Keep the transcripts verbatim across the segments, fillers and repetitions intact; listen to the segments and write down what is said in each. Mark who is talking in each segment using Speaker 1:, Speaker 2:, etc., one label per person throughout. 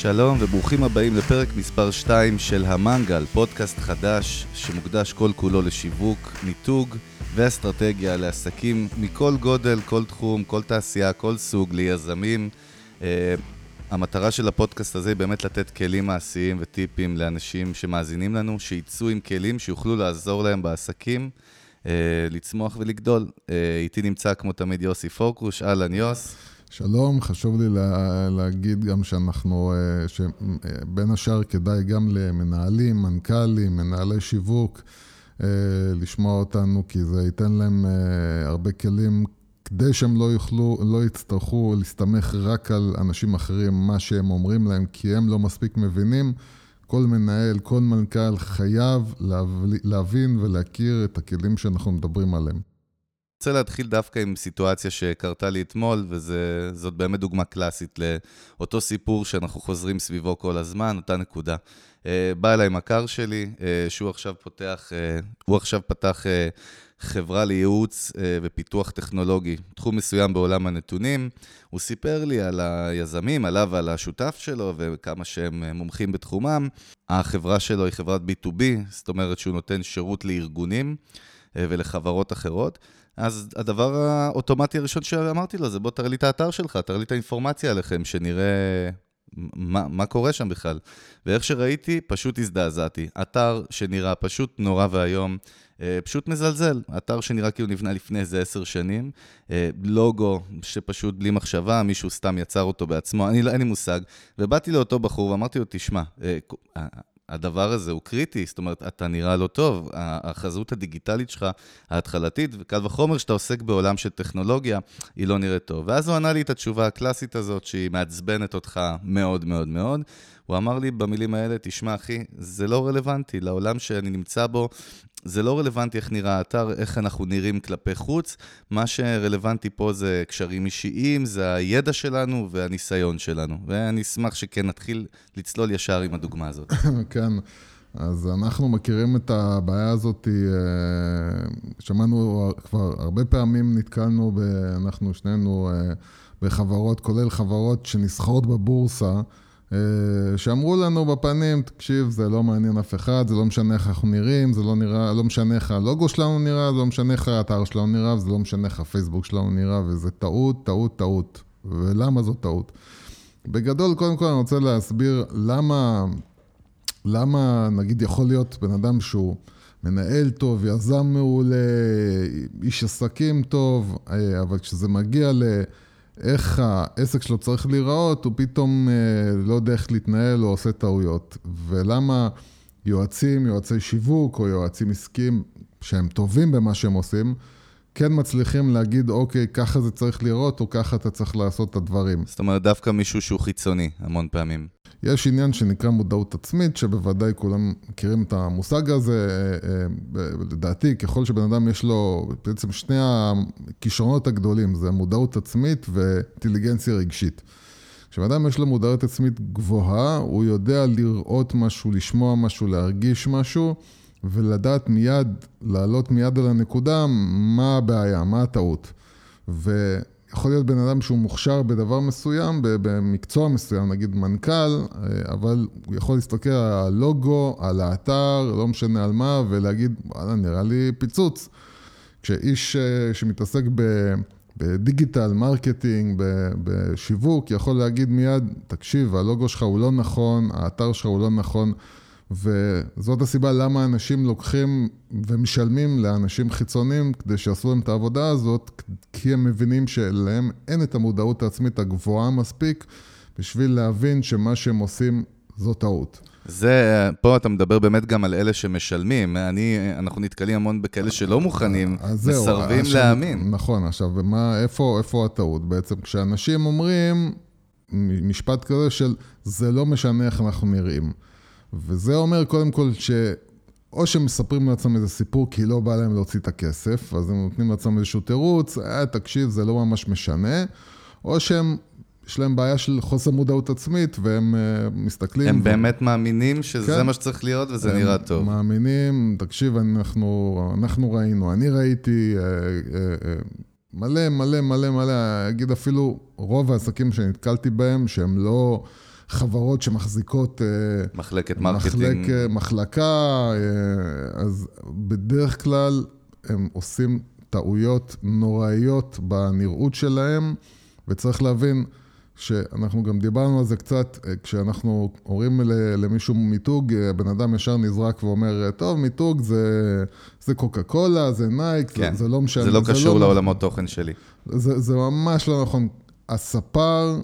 Speaker 1: שלום וברוכים הבאים לפרק מספר שתיים של המנגל, פודקאסט חדש שמוקדש כל כולו לשיווק, מיתוג ואסטרטגיה לעסקים מכל גודל, כל תחום, כל תעשייה, כל סוג, ליזמים. Uh, המטרה של הפודקאסט הזה היא באמת לתת כלים מעשיים וטיפים לאנשים שמאזינים לנו, שיצאו עם כלים שיוכלו לעזור להם בעסקים, uh, לצמוח ולגדול. Uh, איתי נמצא כמו תמיד יוסי פורקוש, אהלן יוס.
Speaker 2: שלום, חשוב לי לה, להגיד גם שאנחנו, שבין השאר כדאי גם למנהלים, מנכ"לים, מנהלי שיווק, לשמוע אותנו, כי זה ייתן להם הרבה כלים, כדי שהם לא יוכלו, לא יצטרכו להסתמך רק על אנשים אחרים, מה שהם אומרים להם, כי הם לא מספיק מבינים. כל מנהל, כל מנכ"ל חייב להבין ולהכיר את הכלים שאנחנו מדברים עליהם.
Speaker 1: אני רוצה להתחיל דווקא עם סיטואציה שקרתה לי אתמול, וזאת באמת דוגמה קלאסית לאותו סיפור שאנחנו חוזרים סביבו כל הזמן, אותה נקודה. בא אליי מכר שלי, שהוא עכשיו פותח, הוא עכשיו פתח חברה לייעוץ ופיתוח טכנולוגי, תחום מסוים בעולם הנתונים. הוא סיפר לי על היזמים, עליו ועל השותף שלו, וכמה שהם מומחים בתחומם. החברה שלו היא חברת בי טו בי, זאת אומרת שהוא נותן שירות לארגונים ולחברות אחרות. אז הדבר האוטומטי הראשון שאמרתי לו, זה בוא תראה לי את האתר שלך, תראה לי את האינפורמציה עליכם, שנראה מה, מה קורה שם בכלל. ואיך שראיתי, פשוט הזדעזעתי. אתר שנראה פשוט נורא והיום, פשוט מזלזל. אתר שנראה כאילו נבנה לפני איזה עשר שנים, לוגו שפשוט בלי מחשבה, מישהו סתם יצר אותו בעצמו, אני, אין לי מושג. ובאתי לאותו בחור ואמרתי לו, תשמע, הדבר הזה הוא קריטי, זאת אומרת, אתה נראה לא טוב, החזות הדיגיטלית שלך, ההתחלתית, וקל וחומר שאתה עוסק בעולם של טכנולוגיה, היא לא נראית טוב. ואז הוא ענה לי את התשובה הקלאסית הזאת, שהיא מעצבנת אותך מאוד מאוד מאוד. הוא אמר לי במילים האלה, תשמע אחי, זה לא רלוונטי, לעולם שאני נמצא בו, זה לא רלוונטי איך נראה האתר, איך אנחנו נראים כלפי חוץ, מה שרלוונטי פה זה קשרים אישיים, זה הידע שלנו והניסיון שלנו, ואני אשמח שכן נתחיל לצלול ישר עם הדוגמה הזאת.
Speaker 2: כן, אז אנחנו מכירים את הבעיה הזאת, שמענו כבר הרבה פעמים, נתקלנו, אנחנו שנינו בחברות, כולל חברות שנסחרות בבורסה, שאמרו לנו בפנים, תקשיב, זה לא מעניין אף אחד, זה לא משנה איך אנחנו נראים, זה לא נראה, לא משנה איך הלוגו שלנו נראה, זה לא משנה איך האתר שלנו נראה, זה לא משנה איך הפייסבוק שלנו נראה, וזה טעות, טעות, טעות. ולמה זו טעות? בגדול, קודם כל אני רוצה להסביר למה, למה נגיד יכול להיות בן אדם שהוא מנהל טוב, יזם מעולה, איש עסקים טוב, אבל כשזה מגיע ל... איך העסק שלו צריך להיראות, הוא פתאום לא יודע איך להתנהל או עושה טעויות. ולמה יועצים, יועצי שיווק או יועצים עסקיים שהם טובים במה שהם עושים, כן מצליחים להגיד, אוקיי, ככה זה צריך לראות או ככה אתה צריך לעשות את הדברים.
Speaker 1: זאת אומרת, דווקא מישהו שהוא חיצוני, המון פעמים.
Speaker 2: יש עניין שנקרא מודעות עצמית, שבוודאי כולם מכירים את המושג הזה. לדעתי, ככל שבן אדם יש לו, בעצם שני הכישרונות הגדולים, זה מודעות עצמית ואינטליגנציה רגשית. כשבן אדם יש לו מודעות עצמית גבוהה, הוא יודע לראות משהו, לשמוע משהו, להרגיש משהו, ולדעת מיד, לעלות מיד על הנקודה, מה הבעיה, מה הטעות. ו... יכול להיות בן אדם שהוא מוכשר בדבר מסוים, במקצוע מסוים, נגיד מנכ"ל, אבל הוא יכול להסתכל על הלוגו, על האתר, לא משנה על מה, ולהגיד, וואלה, נראה לי פיצוץ. כשאיש שמתעסק בדיגיטל, מרקטינג, בשיווק, יכול להגיד מיד, תקשיב, הלוגו שלך הוא לא נכון, האתר שלך הוא לא נכון, וזאת הסיבה למה אנשים לוקחים ומשלמים לאנשים חיצוניים כדי שיעשו להם את העבודה הזאת, כי הם מבינים שלהם אין את המודעות העצמית הגבוהה מספיק בשביל להבין שמה שהם עושים זו טעות.
Speaker 1: זה, פה אתה מדבר באמת גם על אלה שמשלמים. אני, אנחנו נתקלים המון בכאלה שלא מוכנים, מסרבים להאמין.
Speaker 2: נכון, עכשיו, ומה, איפה, איפה הטעות? בעצם כשאנשים אומרים משפט כזה של זה לא משנה איך אנחנו נראים. וזה אומר קודם כל שאו שהם מספרים לעצמם איזה סיפור כי לא בא להם להוציא את הכסף, אז הם נותנים לעצמם איזשהו תירוץ, אה, תקשיב, זה לא ממש משנה, או שהם, יש להם בעיה של חוסר מודעות עצמית, והם uh, מסתכלים...
Speaker 1: הם
Speaker 2: ו...
Speaker 1: באמת מאמינים שזה כן. מה שצריך להיות, וזה נראה טוב.
Speaker 2: הם מאמינים, תקשיב, אנחנו, אנחנו ראינו, אני ראיתי... Uh, uh, uh, מלא, מלא, מלא, מלא, אגיד אפילו רוב העסקים שנתקלתי בהם, שהם לא חברות שמחזיקות...
Speaker 1: מחלקת מרקטינג.
Speaker 2: מחלק, מחלקה, אז בדרך כלל הם עושים טעויות נוראיות בנראות שלהם, וצריך להבין שאנחנו גם דיברנו על זה קצת, כשאנחנו אומרים למישהו מיתוג, בן אדם ישר נזרק ואומר, טוב, מיתוג זה, זה קוקה קולה, זה נייק,
Speaker 1: כן,
Speaker 2: זה, זה לא משנה.
Speaker 1: זה לא
Speaker 2: זה
Speaker 1: קשור
Speaker 2: לא
Speaker 1: לעולמות תוכן שלי.
Speaker 2: זה, זה ממש לא נכון. הספר,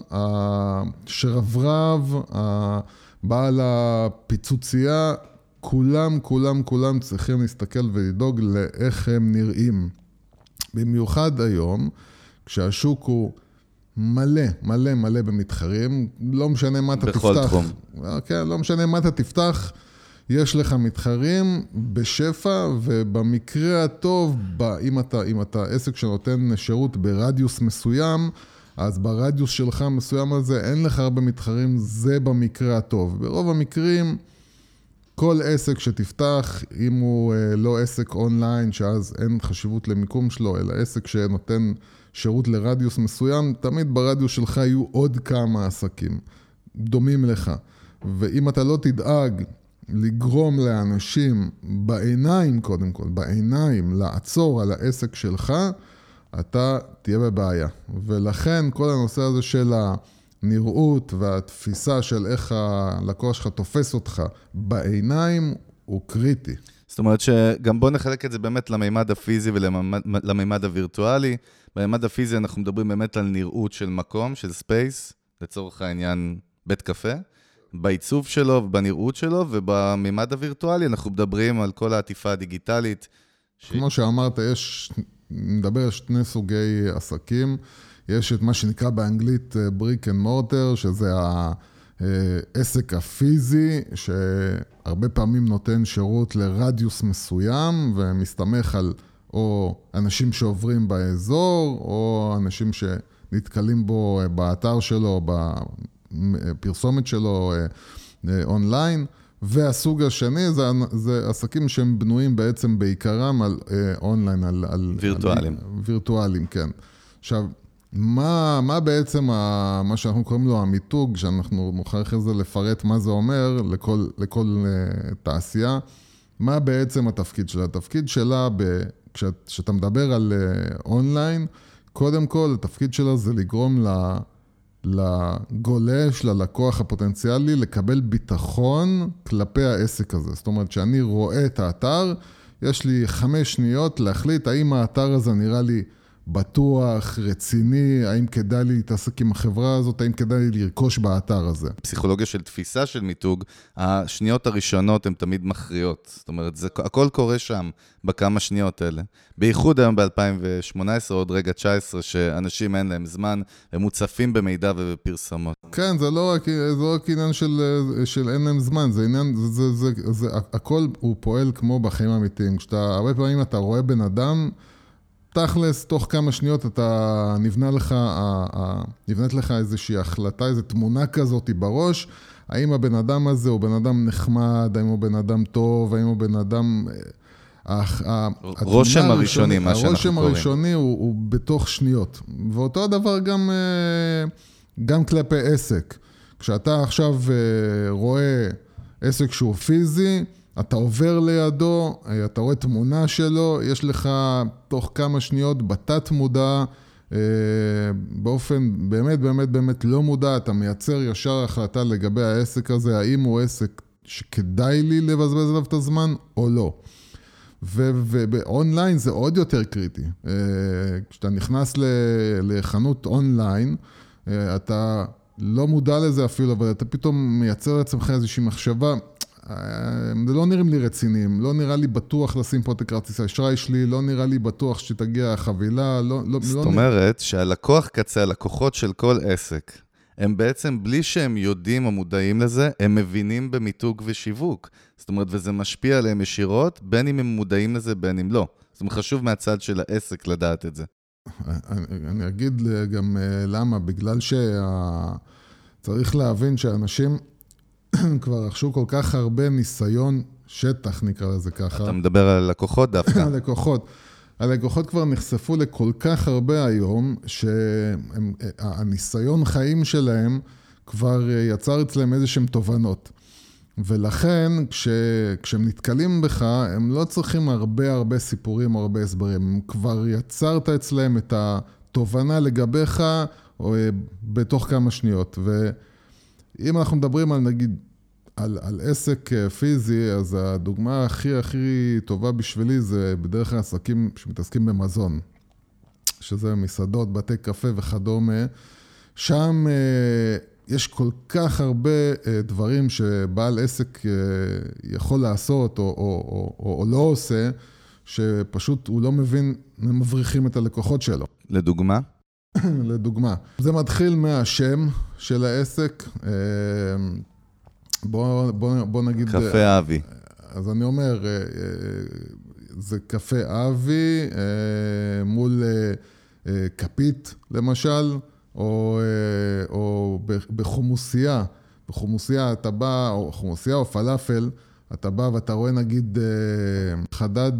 Speaker 2: השרברב, בעל הפיצוצייה, כולם, כולם, כולם צריכים להסתכל ולדאוג לאיך הם נראים. במיוחד היום, כשהשוק הוא מלא, מלא, מלא במתחרים, לא משנה מה אתה
Speaker 1: בכל
Speaker 2: תפתח.
Speaker 1: תחום.
Speaker 2: כן, לא משנה מה אתה תפתח, יש לך מתחרים בשפע, ובמקרה הטוב, אם אתה, אם אתה עסק שנותן שירות ברדיוס מסוים, אז ברדיוס שלך מסוים הזה, אין לך הרבה מתחרים, זה במקרה הטוב. ברוב המקרים, כל עסק שתפתח, אם הוא לא עסק אונליין, שאז אין חשיבות למיקום שלו, אלא עסק שנותן שירות לרדיוס מסוים, תמיד ברדיוס שלך יהיו עוד כמה עסקים דומים לך. ואם אתה לא תדאג לגרום לאנשים בעיניים, קודם כל, בעיניים, לעצור על העסק שלך, אתה תהיה בבעיה. ולכן כל הנושא הזה של הנראות והתפיסה של איך הלקוח שלך תופס אותך בעיניים הוא קריטי.
Speaker 1: זאת אומרת שגם בוא נחלק את זה באמת למימד הפיזי ולמימד הווירטואלי. במימד הפיזי אנחנו מדברים באמת על נראות של מקום, של ספייס, לצורך העניין בית קפה, בעיצוב שלו ובנראות שלו, ובמימד הווירטואלי אנחנו מדברים על כל העטיפה הדיגיטלית.
Speaker 2: כמו ש... שאמרת, יש, נדבר על שני סוגי עסקים, יש את מה שנקרא באנגלית בריק אנד מורטר, שזה העסק הפיזי, שהרבה פעמים נותן שירות לרדיוס מסוים, ומסתמך על או אנשים שעוברים באזור, או אנשים שנתקלים בו באתר שלו, בפרסומת שלו אונליין, והסוג השני זה, זה עסקים שהם בנויים בעצם בעיקרם על אונליין, על, על
Speaker 1: וירטואלים.
Speaker 2: על, וירטואלים, כן. עכשיו, מה, מה בעצם ה, מה שאנחנו קוראים לו המיתוג, שאנחנו נוכל אחרי זה לפרט מה זה אומר לכל, לכל uh, תעשייה, מה בעצם התפקיד שלה? התפקיד שלה, ב, כשאת, כשאתה מדבר על uh, אונליין, קודם כל התפקיד שלה זה לגרום ל... לגולש, ללקוח הפוטנציאלי, לקבל ביטחון כלפי העסק הזה. זאת אומרת, שאני רואה את האתר, יש לי חמש שניות להחליט האם האתר הזה נראה לי בטוח, רציני, האם כדאי לי להתעסק עם החברה הזאת, האם כדאי לי לרכוש באתר הזה.
Speaker 1: פסיכולוגיה של תפיסה של מיתוג, השניות הראשונות הן תמיד מכריעות. זאת אומרת, זה, הכל קורה שם בכמה שניות האלה. בייחוד היום ב-אלפיים שמונה עשרה, עוד רגע תשע עשרה, שאנשים אין להם זמן, הם מוצפים במידע ובפרסמות.
Speaker 2: כן, זה לא רק, זה לא רק עניין של, של אין להם זמן, זה עניין, זה, זה, זה, זה, הכל הוא פועל כמו בחיים האמיתיים. כשאתה, הרבה פעמים אתה רואה בן אדם, תכלס, תוך כמה שניות אתה נבנה לך, נבנית לך איזושהי החלטה, איזו תמונה כזאת בראש, האם הבן אדם הזה הוא בן אדם נחמד, האם הוא בן אדם טוב, האם הוא בן אדם...
Speaker 1: רושם הראשוני, מה שאנחנו
Speaker 2: הרושם
Speaker 1: קוראים.
Speaker 2: הראשוני הוא, הוא בתוך שניות. ואותו הדבר גם, גם כלפי עסק. כשאתה עכשיו רואה עסק שהוא פיזי, אתה עובר לידו, אתה רואה תמונה שלו, יש לך תוך כמה שניות בתת מודע, באופן באמת באמת באמת לא מודע, אתה מייצר ישר החלטה לגבי העסק הזה, האם הוא עסק שכדאי לי לבזבז עליו את הזמן או לא. ובאונליין זה עוד יותר קריטי. כשאתה נכנס לחנות אונליין, אתה לא מודע לזה אפילו, אבל אתה פתאום מייצר לעצמך איזושהי מחשבה, זה לא נראים לי רציניים, לא נראה לי בטוח לשים פה את הכרטיס האשראי שלי, לא נראה לי בטוח שתגיע החבילה, לא, לא,
Speaker 1: זאת
Speaker 2: לא
Speaker 1: אומרת נרא... שהלקוח קצה, הלקוחות של כל עסק, הם בעצם בלי שהם יודעים או מודעים לזה, הם מבינים במיתוג ושיווק. זאת אומרת, וזה משפיע עליהם ישירות, בין אם הם מודעים לזה, בין אם לא. זאת אומרת, חשוב מהצד של העסק לדעת את זה.
Speaker 2: אני, אני אגיד גם למה, בגלל שצריך להבין שאנשים כבר רכשו כל כך הרבה ניסיון שטח, נקרא לזה ככה.
Speaker 1: אתה מדבר על לקוחות דווקא.
Speaker 2: הלקוחות. הלקוחות כבר נחשפו לכל כך הרבה היום, שהניסיון חיים שלהם כבר יצר אצלם איזה שהם תובנות. ולכן, כש, כשהם נתקלים בך, הם לא צריכים הרבה הרבה סיפורים או הרבה הסברים. הם כבר יצרת אצלם את התובנה לגביך או, בתוך כמה שניות. ואם אנחנו מדברים על, נגיד, על, על עסק פיזי, אז הדוגמה הכי הכי טובה בשבילי זה בדרך כלל עסקים שמתעסקים במזון, שזה מסעדות, בתי קפה וכדומה. שם יש כל כך הרבה דברים שבעל עסק יכול לעשות או, או, או, או, או לא עושה, שפשוט הוא לא מבין, הם מבריחים את הלקוחות שלו.
Speaker 1: לדוגמה?
Speaker 2: לדוגמה. זה מתחיל מהשם של העסק. בוא, בוא, בוא נגיד...
Speaker 1: קפה אבי.
Speaker 2: אז אני אומר, זה קפה אבי מול כפית, למשל, או, או בחומוסייה. בחומוסייה אתה בא, או חומוסייה או פלאפל, אתה בא ואתה רואה נגיד חדד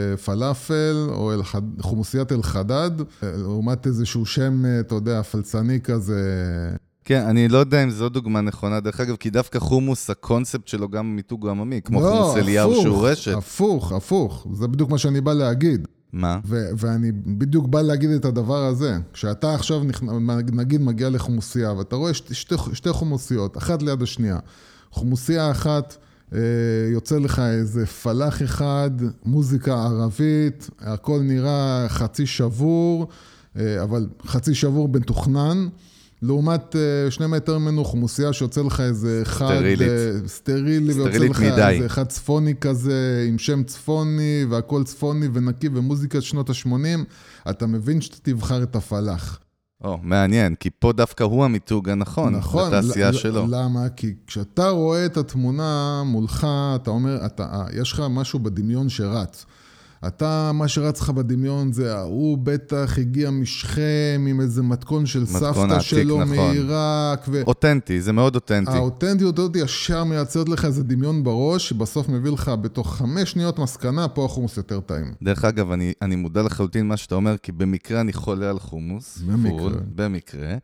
Speaker 2: פלאפל, או חומוסיית אל חדד, לעומת איזשהו שם, אתה יודע, פלצני כזה.
Speaker 1: כן, אני לא יודע אם זו דוגמה נכונה, דרך אגב, כי דווקא חומוס, הקונספט שלו גם מיתוג עממי, כמו
Speaker 2: לא,
Speaker 1: חומוס אליהו
Speaker 2: הפוך,
Speaker 1: שהוא רשת.
Speaker 2: הפוך, הפוך. זה בדיוק מה שאני בא להגיד.
Speaker 1: מה?
Speaker 2: ו- ואני בדיוק בא להגיד את הדבר הזה. כשאתה עכשיו, נגיד, מגיע לחומוסייה, ואתה רואה שתי, שתי, שתי חומוסיות, אחת ליד השנייה. חומוסייה אחת, אה, יוצא לך איזה פלח אחד, מוזיקה ערבית, הכל נראה חצי שבור, אה, אבל חצי שבור בתוכנן, לעומת שני מטר ממנו חומוסייה שיוצא לך איזה אחד...
Speaker 1: סטרילית.
Speaker 2: סטרילי, ויוצא לך איזה אחד צפוני כזה, עם שם צפוני, והכל צפוני ונקי, ומוזיקה שנות ה-שמונים, אתה מבין שאתה תבחר את הפלח.
Speaker 1: או, מעניין, כי פה דווקא הוא המיתוג הנכון,
Speaker 2: נכון,
Speaker 1: לתעשייה
Speaker 2: ל-
Speaker 1: שלו.
Speaker 2: למה? כי כשאתה רואה את התמונה מולך, אתה אומר, אתה, יש לך משהו בדמיון שרץ. אתה, מה שרץ לך בדמיון זה, הוא בטח הגיע משכם עם איזה מתכון של סבתא
Speaker 1: עתיק,
Speaker 2: שלו
Speaker 1: נכון.
Speaker 2: מעיראק. ו...
Speaker 1: אותנטי, זה מאוד אותנטי.
Speaker 2: האותנטיות הזאת ישר מייצרת לך איזה דמיון בראש, שבסוף מביא לך בתוך חמש שניות מסקנה, פה החומוס יותר טעים.
Speaker 1: דרך אגב, אני, אני מודע לחלוטין מה שאתה אומר, כי במקרה אני חולה על חומוס.
Speaker 2: במקרה.
Speaker 1: פול, במקרה.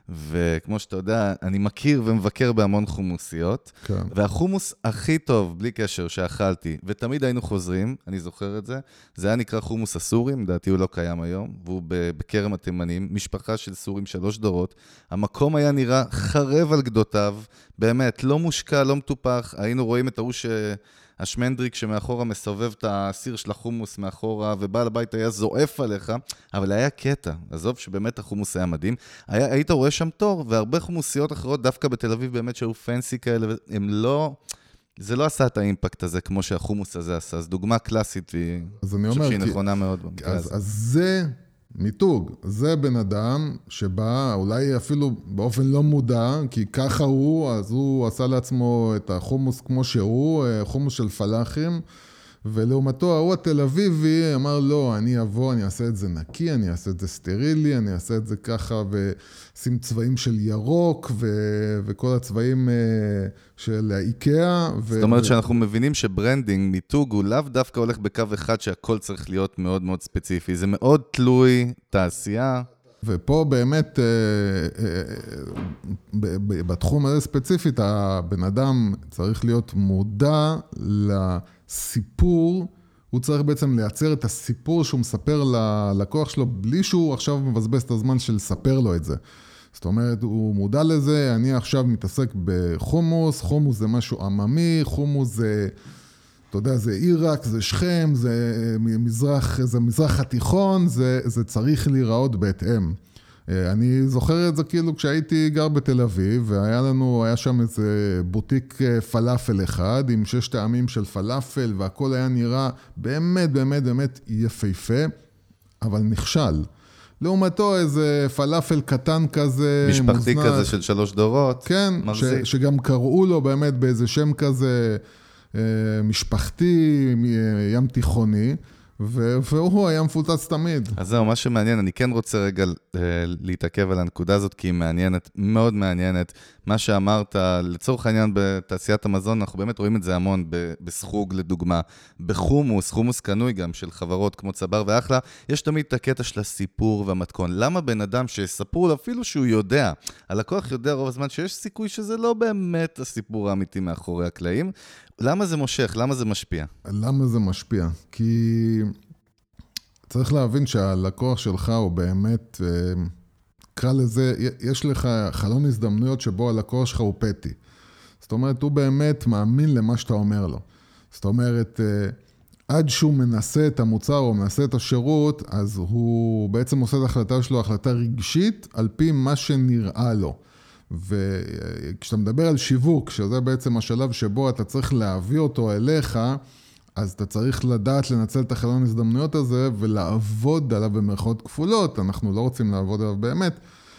Speaker 1: וכמו שאתה יודע, אני מכיר ומבקר בהמון חומוסיות, כן. והחומוס הכי טוב, בלי קשר, שאכלתי, ותמיד היינו חוזרים, אני זוכר את זה, זה היה נקרא חומוס הסורים, לדעתי הוא לא קיים היום, והוא בקרם התימנים, משפחה של סורים שלוש דורות, המקום היה נראה חרב על גדותיו, באמת, לא מושקע, לא מטופח, היינו רואים את ההוא ש... השמנדריק שמאחורה מסובב את הסיר של החומוס מאחורה, ובעל הבית היה זועף עליך, אבל היה קטע, עזוב שבאמת החומוס היה מדהים, היה, היית רואה שם תור, והרבה חומוסיות אחרות, דווקא בתל אביב באמת שהיו פנסי כאלה, הם לא, זה לא עשה את האימפקט הזה, כמו שהחומוס הזה עשה, אז דוגמה קלאסית, והיא חושב שהיא נכונה מאוד במקרה הזה.
Speaker 2: אז זה מיתוג, זה בן אדם שבא, אולי אפילו באופן לא מודע, כי ככה הוא, אז הוא עשה לעצמו את החומוס כמו שהוא, חומוס של פלאחים, ולעומתו, הוא התל אביבי אמר, לא, אני אבוא, אני אעשה את זה נקי, אני אעשה את זה סטרילי, אני אעשה את זה ככה, ושים צבעים של ירוק, ו- וכל הצבעים של איקאה. ו-
Speaker 1: זאת אומרת שאנחנו מבינים שברנדינג, מיתוג, הוא לאו דווקא הולך בקו אחד, שהכל צריך להיות מאוד מאוד ספציפי. זה מאוד תלוי תעשייה.
Speaker 2: ופה באמת, בתחום הזה ספציפית, הבן אדם צריך להיות מודע לסיפור, הוא צריך בעצם לייצר את הסיפור שהוא מספר ללקוח שלו, בלי שהוא עכשיו מבזבז את הזמן של לספר לו את זה. זאת אומרת, הוא מודע לזה, אני עכשיו מתעסק בחומוס, חומוס זה משהו עממי, חומוס זה... אתה יודע, זה עיראק, זה שכם, זה מזרח, זה מזרח התיכון, זה, זה צריך להיראות בהתאם. אני זוכר את זה כאילו כשהייתי גר בתל אביב, והיה לנו, היה שם איזה בוטיק פלאפל אחד, עם שש טעמים של פלאפל, והכל היה נראה באמת, באמת, באמת יפהפה, אבל נכשל. לעומתו איזה פלאפל קטן כזה,
Speaker 1: משפחתי
Speaker 2: מוזנח,
Speaker 1: כזה של שלוש דורות.
Speaker 2: כן, ש, שגם קראו לו באמת באיזה שם כזה, משפחתי, ים תיכוני, והוא היה מפוצץ תמיד.
Speaker 1: אז זהו, מה שמעניין, אני כן רוצה רגע להתעכב על הנקודה הזאת, כי היא מעניינת, מאוד מעניינת. מה שאמרת, לצורך העניין בתעשיית המזון, אנחנו באמת רואים את זה המון, בסחוג לדוגמה, בחומוס, חומוס קנוי גם של חברות כמו צבר ואחלה, יש תמיד את הקטע של הסיפור והמתכון. למה בן אדם שיספרו לו, אפילו שהוא יודע, הלקוח יודע רוב הזמן שיש סיכוי שזה לא באמת הסיפור האמיתי מאחורי הקלעים, למה זה מושך? למה זה משפיע?
Speaker 2: למה זה משפיע? כי צריך להבין שהלקוח שלך הוא באמת, קרא לזה, יש לך חלון הזדמנויות שבו הלקוח שלך הוא פטי. זאת אומרת, הוא באמת מאמין למה שאתה אומר לו. זאת אומרת, עד שהוא מנסה את המוצר או מנסה את השירות, אז הוא בעצם עושה את ההחלטה שלו, החלטה רגשית, על פי מה שנראה לו. וכשאתה מדבר על שיווק, שזה בעצם השלב שבו אתה צריך להביא אותו אליך, אז אתה צריך לדעת לנצל את החלון הזדמנויות הזה, ולעבוד עליו במרכאות כפולות, אנחנו לא רוצים לעבוד עליו באמת,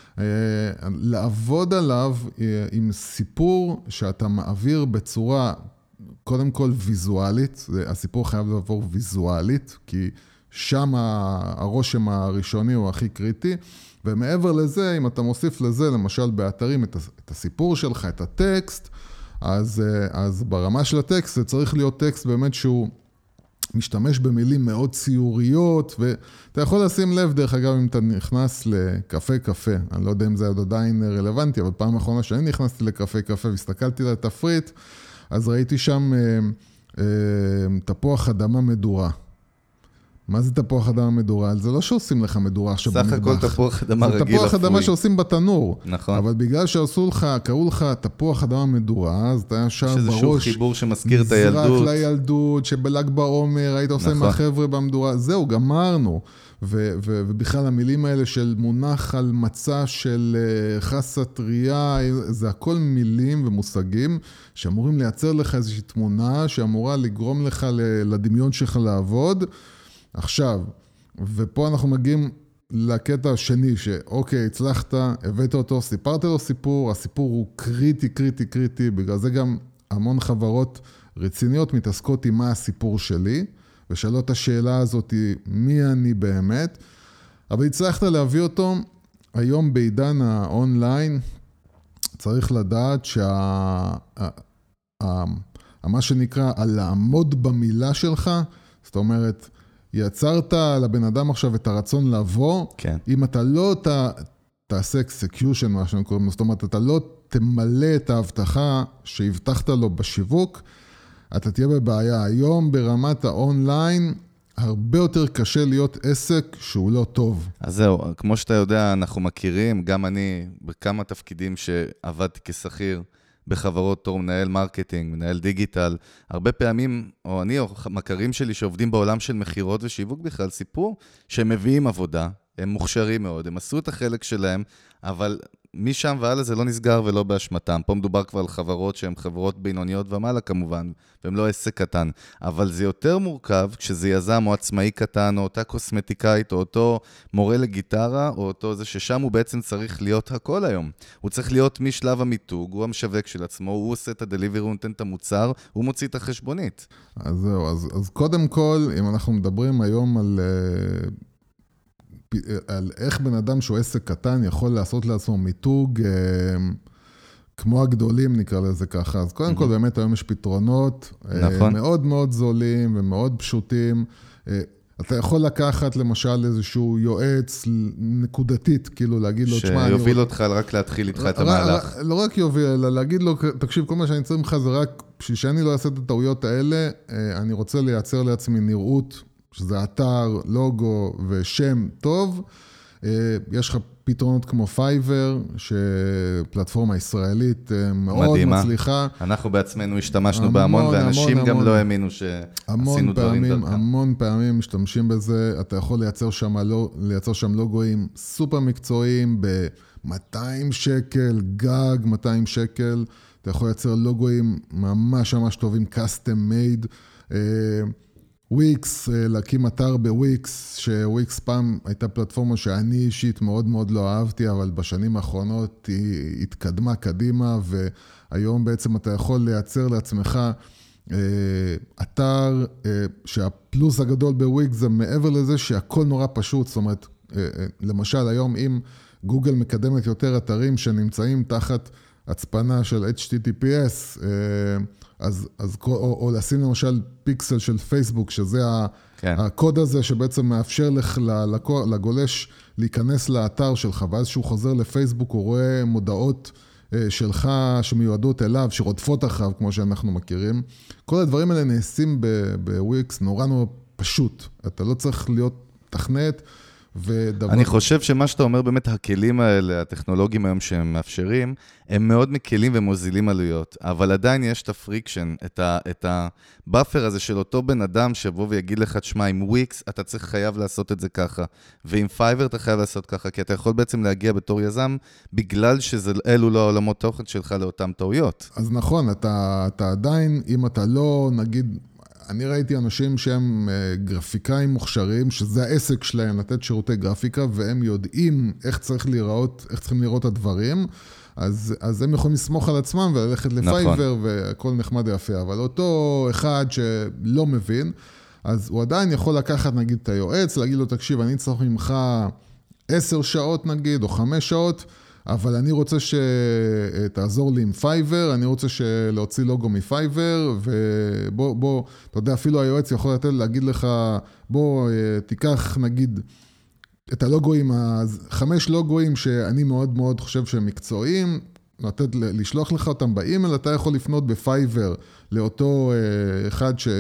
Speaker 2: לעבוד עליו עם סיפור שאתה מעביר בצורה, קודם כל ויזואלית, הסיפור חייב לעבור ויזואלית, כי שם הרושם הראשוני הוא הכי קריטי, ומעבר לזה, אם אתה מוסיף לזה, למשל באתרים, את הסיפור שלך, את הטקסט, אז, אז ברמה של הטקסט, זה צריך להיות טקסט באמת שהוא משתמש במילים מאוד ציוריות, ואתה יכול לשים לב, דרך אגב, אם אתה נכנס לקפה קפה, אני לא יודע אם זה עדיין רלוונטי, אבל פעם האחרונה שאני נכנסתי לקפה קפה, והסתכלתי על התפריט, אז ראיתי שם אה, אה, תפוח אדמה מדורה. מה זה תפוח אדמה מדורה? זה לא שעושים לך מדורה עכשיו במטבח.
Speaker 1: סך הכל תפוח אדמה רגיל אפוי.
Speaker 2: זה תפוח אדמה שעושים בתנור.
Speaker 1: נכון.
Speaker 2: אבל בגלל שעשו לך, קראו לך תפוח אדמה מדורה, אז אתה היה שם בראש.
Speaker 1: יש איזשהו חיבור שמזכיר את הילדות.
Speaker 2: נזרק לילדות, שבל"ג בעומר, היית עושה עם החבר'ה במדורה. זהו, גמרנו. ו- ו- ובכלל המילים האלה של מונח על מצע של חסה טריה, זה הכל מילים ומושגים שאמורים לייצר לך איזושהי תמונה, שאמורה לגרום לך לדמיון שלך לעבוד. עכשיו, ופה אנחנו מגיעים לקטע השני, שאוקיי, הצלחת, הבאת אותו, סיפרת לו סיפור, הסיפור הוא קריטי, קריטי, קריטי, בגלל זה גם המון חברות רציניות מתעסקות עם מה הסיפור שלי, ושאלות השאלה הזאת היא, מי אני באמת? אבל הצלחת להביא אותו, היום בעידן האונליין, צריך לדעת שה... מה שנקרא, על לעמוד במילה שלך, זאת אומרת, יצרת לבן אדם עכשיו את הרצון לבוא,
Speaker 1: כן.
Speaker 2: אם אתה לא ת, תעשה execution, מה שאני קוראים, זאת אומרת, אתה לא תמלא את ההבטחה שהבטחת לו בשיווק, אתה תהיה בבעיה. היום ברמת האונליין, הרבה יותר קשה להיות עסק שהוא לא טוב.
Speaker 1: אז זהו, כמו שאתה יודע, אנחנו מכירים, גם אני, בכמה תפקידים שעבדתי כשכיר, בחברות תור מנהל מרקטינג, מנהל דיגיטל, הרבה פעמים, או אני או מכרים שלי שעובדים בעולם של מחירות ושיווק בכלל, סיפור שהם מביאים עבודה, הם מוכשרים מאוד, הם עשו את החלק שלהם, אבל משם ועלה זה לא נסגר ולא באשמתם. פה מדובר כבר על חברות שהן חברות בינוניות ומעלה כמובן, והן לא עסק קטן. אבל זה יותר מורכב כשזה יזם או עצמאי קטן, או אותה קוסמטיקאית, או אותו מורה לגיטרה, או אותו זה ששם הוא בעצם צריך להיות הכל היום. הוא צריך להיות משלב המיתוג, הוא המשווק של עצמו, הוא עושה את הדליברי, הוא נותן את המוצר, הוא מוציא את החשבונית.
Speaker 2: אז זהו, אז, אז קודם כל, אם אנחנו מדברים היום על... על איך בן אדם שהוא עסק קטן יכול לעשות לעצמו מיתוג אה, כמו הגדולים נקרא לזה ככה. אז קודם mm-hmm. כל באמת היום יש פתרונות נכון. אה, מאוד מאוד זולים ומאוד פשוטים. אה, אתה יכול לקחת למשל איזשהו יועץ נקודתית, כאילו להגיד לו, תשמע,
Speaker 1: שיוביל אותך רק להתחיל איתך את המהלך.
Speaker 2: לא רק יוביל, אלא להגיד לו, תקשיב, כל מה שאני צריך ממך זה רק, בשביל שאני לא אעשה את הטעויות האלה, אה, אני רוצה לייצר לעצמי נראות, שזה אתר, לוגו ושם טוב. יש לך פתרונות כמו פייבר, שפלטפורמה ישראלית מאוד מדהימה. מצליחה.
Speaker 1: אנחנו בעצמנו השתמשנו המון, בהמון, ואנשים המון, גם המון. לא האמינו שעשינו דברים דרכם.
Speaker 2: המון פעמים משתמשים בזה, אתה יכול לייצר שם, לייצר שם לוגויים סופר מקצועיים ב-מאתיים שקל, גג מאתיים שקל, אתה יכול לייצר לוגויים ממש ממש טובים, custom made, וויקס, להקים אתר בוויקס, שוויקס פעם הייתה פלטפורמה שאני אישית מאוד מאוד לא אהבתי, אבל בשנים האחרונות היא התקדמה קדימה, והיום בעצם אתה יכול לייצר לעצמך אתר שהפלוס הגדול בוויקס זה מעבר לזה שהכל נורא פשוט, זאת אומרת, למשל היום אם גוגל מקדמת יותר אתרים שנמצאים תחת הצפנה של אייץ' טי טי פי אס, אז, אז, או, או לשים למשל פיקסל של פייסבוק, שזה כן. הקוד הזה שבעצם מאפשר לך לגולש להיכנס לאתר שלך, ואז שהוא חוזר לפייסבוק, הוא רואה מודעות שלך שמיועדות אליו, שרודפות אחריו, כמו שאנחנו מכירים. כל הדברים האלה נעשים בוויקס נורא נורא פשוט. אתה לא צריך להיות תכנת, ודבר...
Speaker 1: אני חושב שמה שאתה אומר, באמת הכלים האלה, הטכנולוגיים היום שהם מאפשרים, הם מאוד מקלים ומוזילים עלויות, אבל עדיין יש את הפריקשן, את, ה, את הבאפר הזה של אותו בן אדם שבוא ויגיד לך, תשמע, עם וויקס אתה צריך חייב לעשות את זה ככה, ועם פייבר אתה חייב לעשות ככה, כי אתה יכול בעצם להגיע בתור יזם, בגלל שאלו לא העולמות תוכן שלך לאותם טעויות.
Speaker 2: אז נכון, אתה, אתה עדיין, אם אתה לא, נגיד, אני ראיתי אנשים שהם גרפיקאים מוכשרים, שזה העסק שלהם לתת שירותי גרפיקה, והם יודעים איך צריך לראות, איך צריכים לראות את הדברים, אז, אז הם יכולים לסמוך על עצמם וללכת לפייבר, נכון. והכל נחמד ויפה. אבל אותו אחד שלא מבין, אז הוא עדיין יכול לקחת, נגיד, את היועץ, להגיד לו, תקשיב, אני צריך ממך עשר שעות, נגיד, או חמש שעות, אבל אני רוצה שתעזור לי עם פייבר, אני רוצה להוציא לוגו מפייבר, ובוא, בוא, אתה יודע, אפילו היועץ יכול לתת, להגיד לך, בוא, תיקח, נגיד, את הלוגויים, חמש לוגויים שאני מאוד מאוד חושב שהם מקצועיים, לתת, לשלוח לך אותם באימייל, אתה יכול לפנות בפייבר לאותו אחד ש...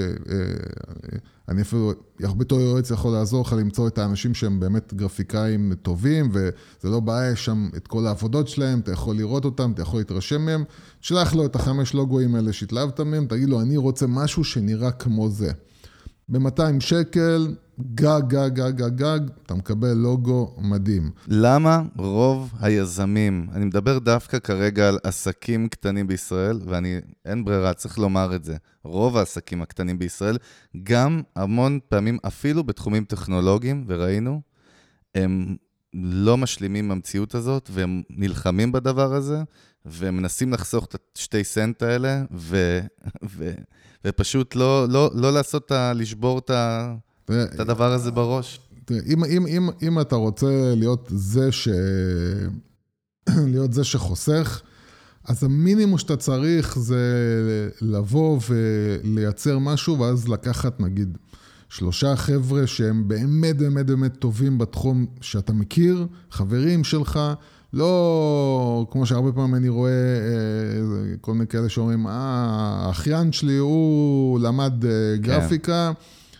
Speaker 2: אני אפילו, בתור יועץ יכול לעזור לך למצוא את האנשים שהם באמת גרפיקאים טובים, וזה לא בעיה שם את כל העבודות שלהם, אתה יכול לראות אותם, אתה יכול להתרשם מהם, תשלח לו את החמש לוגויים האלה שהתלהבת מהם, תגיד לו, אני רוצה משהו שנראה כמו זה. ב-מאתיים שקל, גג, גג, גג, גג, גג, אתה מקבל לוגו מדהים.
Speaker 1: למה רוב היזמים, אני מדבר דווקא כרגע על עסקים קטנים בישראל, ואני, אין ברירה, צריך לומר את זה, רוב העסקים הקטנים בישראל, גם המון פעמים, אפילו בתחומים טכנולוגיים, וראינו, הם לא משלימים המציאות הזאת, והם נלחמים בדבר הזה, והם מנסים לחסוך את השתי סנט האלה, ו... ו... ופשוט לא, לא, לא לעשות, לשבור את, ה, את הדבר הזה בראש.
Speaker 2: אם, אם, אם, אם אתה רוצה להיות זה, ש... להיות זה שחוסך, אז המינימום שאתה צריך זה לבוא ולייצר משהו, ואז לקחת, נגיד, שלושה חבר'ה שהם באמת באמת באמת טובים בתחום שאתה מכיר, חברים שלך, לא, כמו שהרבה פעמים אני רואה כל מיני כאלה שאומרים, אה, האחיין שלי הוא למד גרפיקה,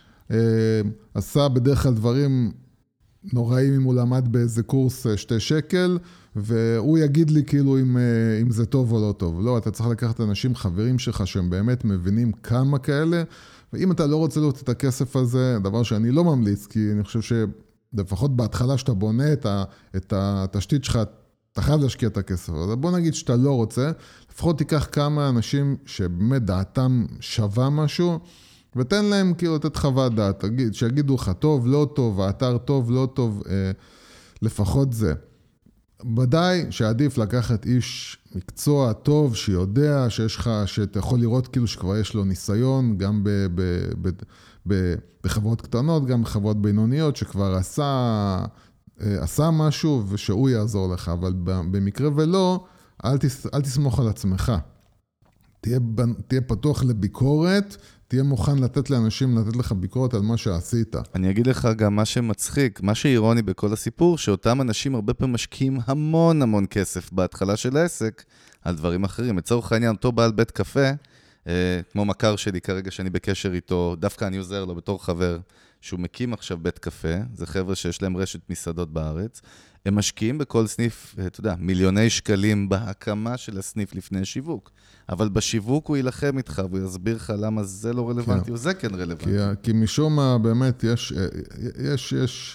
Speaker 2: עשה בדרך כלל דברים נוראים אם הוא למד באיזה קורס שתי שקל, והוא יגיד לי כאילו אם, אם זה טוב או לא טוב. לא, אתה צריך לקחת אנשים, חברים שלך, שהם באמת מבינים כמה כאלה, ואם אתה לא רוצה לראות את הכסף הזה, דבר שאני לא ממליץ, כי אני חושב שלפחות בהתחלה שאתה בונה את, ה, את התשתית שלך, אתה חייב להשקיע את הכסף. אז בוא נגיד שאתה לא רוצה, לפחות תיקח כמה אנשים שבאמת דעתם שווה משהו, ותן להם כאילו לתת חוות דעת, תגיד, שיגידו לך טוב, לא טוב, האתר טוב, לא טוב, אה, לפחות זה. ודאי שעדיף לקחת איש מקצוע טוב, שיודע שיש לך, שאתה יכול לראות כאילו שכבר יש לו ניסיון, גם ב, ב, ב, ב, בחברות קטנות, גם בחברות בינוניות, שכבר עשה, עשה משהו ושהוא יעזור לך, אבל במקרה ולא, אל, תס, אל תסמוך על עצמך. תהיה, תהיה פתוח לביקורת, תהיה מוכן לתת לאנשים, לתת לך ביקורת על מה שעשית.
Speaker 1: אני אגיד לך גם מה שמצחיק, מה שאירוני בכל הסיפור, שאותם אנשים הרבה פעמים משקיעים המון המון כסף בהתחלה של העסק, על דברים אחרים. לצורך העניין, אותו בעל בית קפה, אה, כמו מכר שלי כרגע שאני בקשר איתו, דווקא אני עוזר לו בתור חבר, שהוא מקים עכשיו בית קפה, זה חבר'ה שיש להם רשת מסעדות בארץ, הם משקיעים בכל סניף, אתה יודע, מיליוני שקלים בהקמה של הסניף לפני שיווק. אבל בשיווק הוא ילחם איתך, והוא יסביר לך למה זה לא רלוונטי, או זה כן רלוונטי.
Speaker 2: כי, כי משום מה באמת יש, יש, יש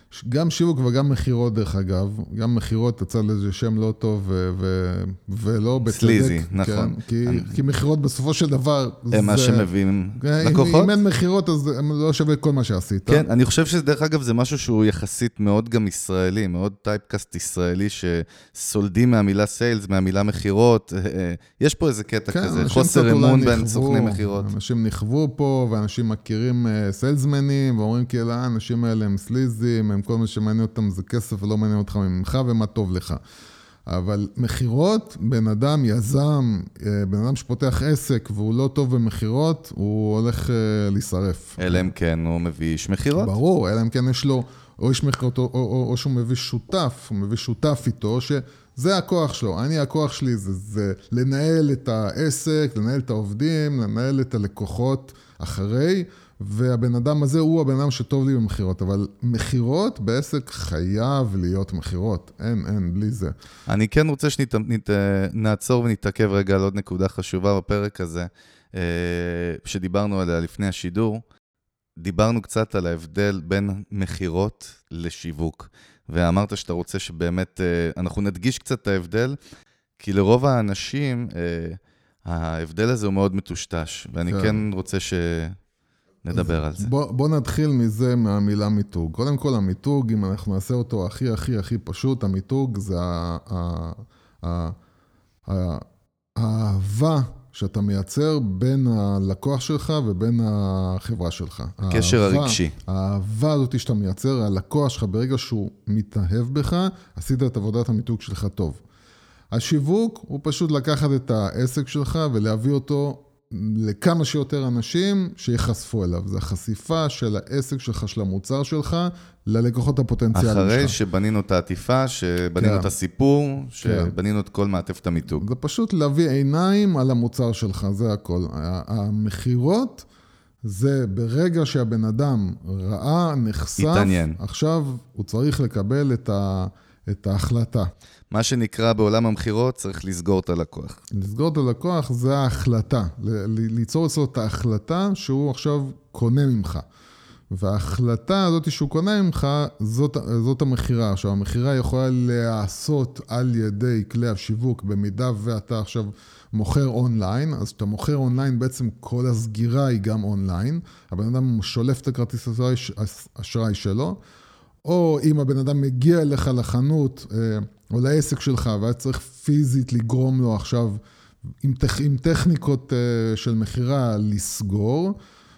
Speaker 2: גם שיווק וגם מחירות דרך אגב, גם מחירות יצא לזה שם לא טוב ו- ו- ולא בצדק.
Speaker 1: סליזי, נכון.
Speaker 2: כן, כי, אני... כי מחירות בסופו של דבר...
Speaker 1: הם
Speaker 2: זה...
Speaker 1: מה שמביאים
Speaker 2: אם,
Speaker 1: לקוחות.
Speaker 2: אם אין מחירות אז הם לא שווה כל מה שעשית.
Speaker 1: כן, אני חושב שדרך אגב זה משהו שהוא יחסית מאוד גם ישראלי, מאוד טייפקאסט ישראלי שסולדים מהמילה סיילס, מהמילה מחירות. יש פה איזה קטע כן, כזה, חוסר אמון בין סוכני מחירות.
Speaker 2: אנשים נכוו פה ואנשים מכירים סיילסמנים ואומרים כאילו, האנשים האלה הם סליזים, הם כל מה שמעניין אותם זה כסף ולא מעניין אותך ממך ומה טוב לך. אבל מחירות, בן אדם יזם, בן אדם שפותח עסק והוא לא טוב במחירות, הוא הולך להישרף.
Speaker 1: אלא אם כן הוא מביא איש מחירות.
Speaker 2: ברור, אלא אם כן יש לו, או איש מחירות, או, או, או, או שהוא מביא שותף, הוא מביא שותף איתו, שזה הכוח שלו. אני, הכוח שלי זה, זה לנהל את העסק, לנהל את העובדים, לנהל את הלקוחות אחרי, והבן אדם הזה הוא הבן אדם שטוב לי במחירות, אבל מחירות בעסק חייב להיות מחירות, אין, אין, בלי זה.
Speaker 1: אני כן רוצה שנעצור ונתעכב רגע על עוד נקודה חשובה בפרק הזה, שדיברנו עליה לפני השידור, דיברנו קצת על ההבדל בין מחירות לשיווק, ואמרת שאתה רוצה שבאמת, אנחנו נדגיש קצת את ההבדל, כי לרוב האנשים, ההבדל הזה הוא מאוד מטושטש, ואני כן, כן רוצה ש... נדבר על זה.
Speaker 2: בוא, בוא נתחיל מזה מהמילה מיתוג. קודם כל, המיתוג, אם אנחנו נעשה אותו הכי, הכי, הכי פשוט, המיתוג זה האהבה שאתה מייצר בין הלקוח שלך ובין החברה שלך.
Speaker 1: הקשר הרגשי.
Speaker 2: האהבה הזאת שאתה מייצר, הלקוח שלך ברגע שהוא מתאהב בך, עשית את עבודת המיתוג שלך טוב. השיווק הוא פשוט לקחת את העסק שלך ולהביא אותו לכמה שיותר אנשים שיחשפו אליו. זה החשיפה של העסק שלך, של המוצר שלך, ללקוחות הפוטנציאליים שלך.
Speaker 1: אחרי שבנינו את העטיפה, שבנינו כן. את הסיפור, שבנינו כן. את כל מעטפת המיתוג.
Speaker 2: זה פשוט להביא עיניים על המוצר שלך, זה הכל. המחירות, זה ברגע שהבן אדם ראה, נחשף, התעניין. עכשיו הוא צריך לקבל את ה... את ההחלטה.
Speaker 1: מה שנקרא בעולם המחירות, צריך לסגור את הלקוח.
Speaker 2: לסגור את הלקוח זה ההחלטה. ליצור אצלו את ההחלטה שהוא עכשיו קונה ממך. וההחלטה הזאת שהוא קונה ממך, זאת, זאת המחירה. עכשיו, המחירה יכולה להיעשות על ידי כלי השיווק, במידה ואתה עכשיו מוכר אונליין, אז כשאתה מוכר אונליין, בעצם כל הסגירה היא גם אונליין. הבן אדם שולף את הכרטיס אשראי שלו, או אם הבן אדם מגיע אליך לחנות, או לעסק שלך, והיה צריך פיזית לגרום לו עכשיו, עם, טכ, עם טכניקות של מחירה, לסגור,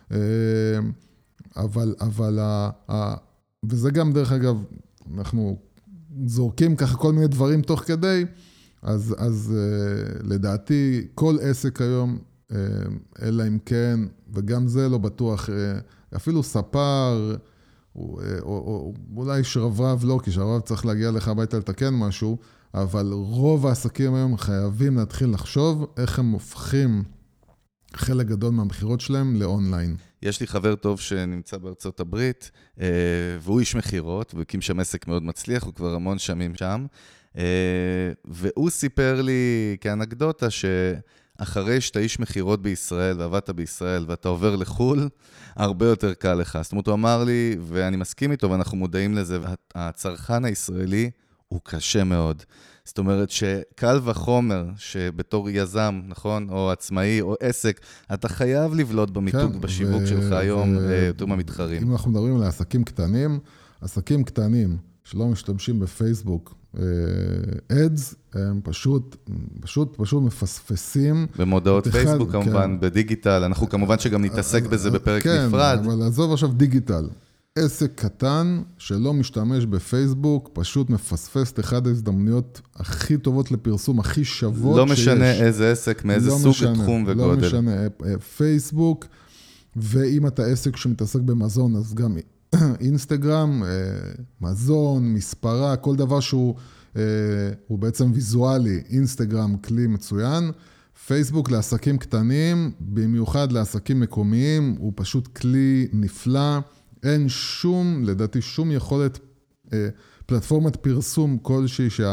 Speaker 2: אבל, אבל, וזה גם דרך אגב, אנחנו זורקים ככה כל מיני דברים תוך כדי, אז, אז לדעתי, כל עסק היום, אלא אם כן, וגם זה לא בטוח, אפילו ספר, או, או, או, אולי שרברב לא, כי שרברב צריך להגיע לך הביתה לתקן משהו, אבל רוב העסקים היום חייבים להתחיל לחשוב איך הם הופכים חלק גדול מהמחירות שלהם לאונליין.
Speaker 1: יש לי חבר טוב שנמצא בארצות הברית, והוא איש מחירות, והקים שם עסק מאוד מצליח, הוא כבר המון שנים שם, והוא סיפר לי כאנקדוטה ש... אחרי שאתה איש מחירות בישראל, ועבדת בישראל, ואתה עובר לחול, הרבה יותר קל לך. זאת אומרת, הוא אמר לי, ואני מסכים איתו, ואנחנו מודעים לזה, והצרכן הישראלי הוא קשה מאוד. זאת אומרת שקל וחומר, שבתור יזם, נכון, או עצמאי, או עסק, אתה חייב לבלוט במיתוג, כן, בשיווק ו... שלך היום, יותר מהמתחרים.
Speaker 2: אם אנחנו מדברים על עסקים קטנים, עסקים קטנים שלא משתמשים בפייסבוק, אדס, הם פשוט, פשוט, פשוט מפספסים.
Speaker 1: במודעות פייסבוק כמובן, בדיגיטל, אנחנו כמובן שגם נתעסק בזה בפרק נפרד.
Speaker 2: כן, אבל עזוב עכשיו דיגיטל. עסק קטן שלא משתמש בפייסבוק, פשוט מפספס את אחד ההזדמנויות הכי טובות לפרסום, הכי שוות
Speaker 1: שיש. לא משנה איזה עסק, מאיזה סוג תחום וגודל.
Speaker 2: לא משנה, פייסבוק, ואם אתה עסק שמתעסק במזון, אז גם אינסטגרם, מזון, מספרה, כל דבר שהוא הוא בעצם ויזואלי, אינסטגרם כלי מצוין, פייסבוק לעסקים קטנים, במיוחד לעסקים מקומיים, הוא פשוט כלי נפלא, אין שום, לדעתי שום יכולת, פלטפורמת פרסום כלשהי שה...